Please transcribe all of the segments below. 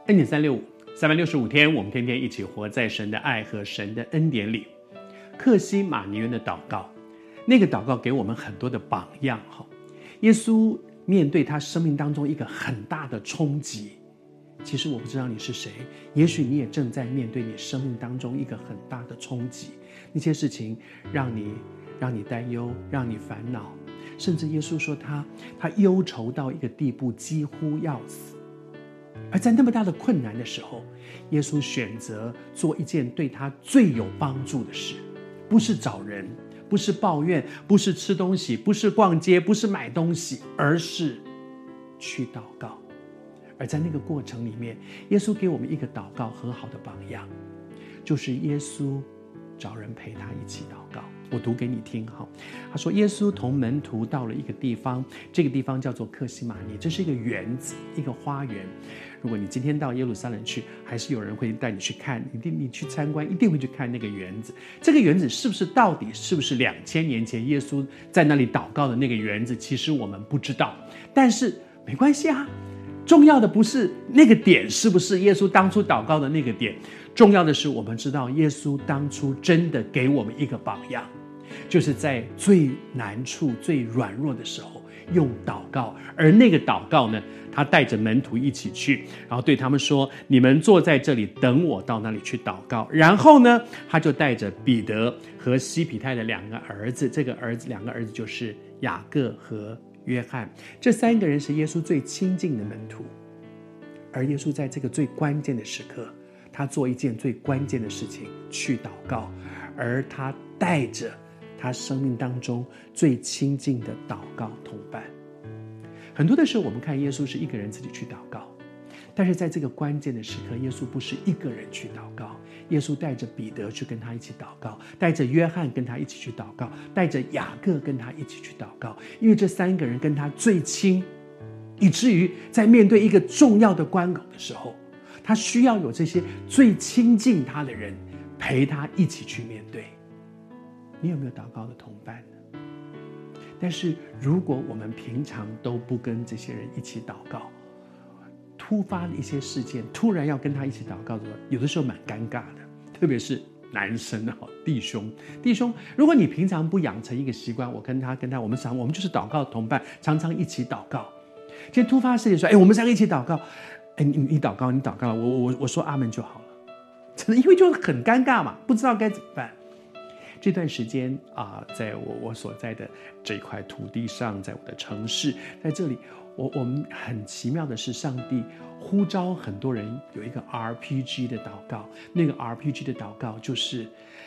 恩典365，365天，我们天天一起活在神的爱和神的恩典里。客西马尼园的祷告，那个祷告给我们很多的榜样。耶稣面对他生命当中一个很大的冲击。其实我不知道你是谁，也许你也正在面对你生命当中一个很大的冲击，那些事情让你担忧，让你烦恼，甚至耶稣说他忧愁到一个地步，几乎要死。而在那么大的困难的时候，耶稣选择做一件对他最有帮助的事，不是找人，不是抱怨，不是吃东西，不是逛街，不是买东西，而是去祷告。而在那个过程里面，耶稣给我们一个祷告很好的榜样，就是耶稣找人陪他一起祷告。我读给你听。他说耶稣同门徒到了一个地方，这个地方叫做客西马尼，这是一个园子，一个花园。如果你今天到耶路撒冷去，还是有人会带你去看，你去参观，一定会去看那个园子。这个园子到底是不是2000年前耶稣在那里祷告的那个园子，其实我们不知道，但是没关系啊。重要的不是那个点是不是耶稣当初祷告的那个点，重要的是我们知道耶稣当初真的给我们一个榜样，就是在最难处最软弱的时候用祷告。而那个祷告呢，他带着门徒一起去，然后对他们说，你们坐在这里等我到那里去祷告。然后呢，他就带着彼得和西庇太的2个儿子，这个2个儿子就是雅各和约翰，这3个人是耶稣最亲近的门徒。而耶稣在这个最关键的时刻，他做一件最关键的事情，去祷告。而他带着他生命当中最亲近的祷告同伴。很多的时候我们看耶稣是一个人自己去祷告，但是在这个关键的时刻，耶稣不是一个人去祷告，耶稣带着彼得去跟他一起祷告，带着约翰跟他一起去祷告，带着雅各跟他一起去祷告。因为这3个人跟他最亲，以至于在面对一个重要的关口的时候，他需要有这些最亲近他的人陪他一起去面对。你有没有祷告的同伴呢？但是如果我们平常都不跟这些人一起祷告，突发的一些事件突然要跟他一起祷告的时候，有的时候蛮尴尬的。特别是男生弟兄，如果你平常不养成一个习惯，我跟他我们就是祷告的同伴，常常一起祷告。今天突发事情说，我们3个一起祷告，你祷告，我说阿门就好了。真的，因为就很尴尬嘛，不知道该怎么办。这段时间在我所在的这块土地上，在我的城市，在这里，我们很奇妙的是，上帝呼召很多人有一个 RPG 的祷告。那个 RPG 的祷告就是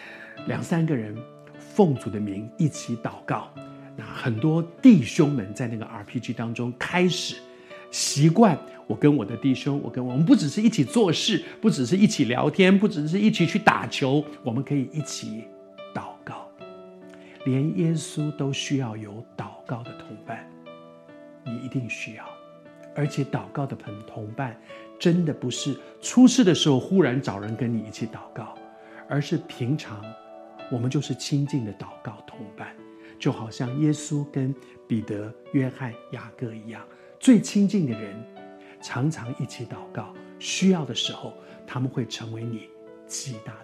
2-3个人奉主的名一起祷告。那很多弟兄们在那个 RPG 当中开始习惯，我跟我的弟兄，我们不只是一起做事，不只是一起聊天，不只是一起去打球，我们可以一起祷告。连耶稣都需要有祷告的同伴，你一定需要。而且祷告的同伴真的不是出事的时候忽然找人跟你一起祷告，而是平常我们就是亲近的祷告同伴。就好像耶稣跟彼得、约翰、雅各一样，最亲近的人常常一起祷告，需要的时候他们会成为你极大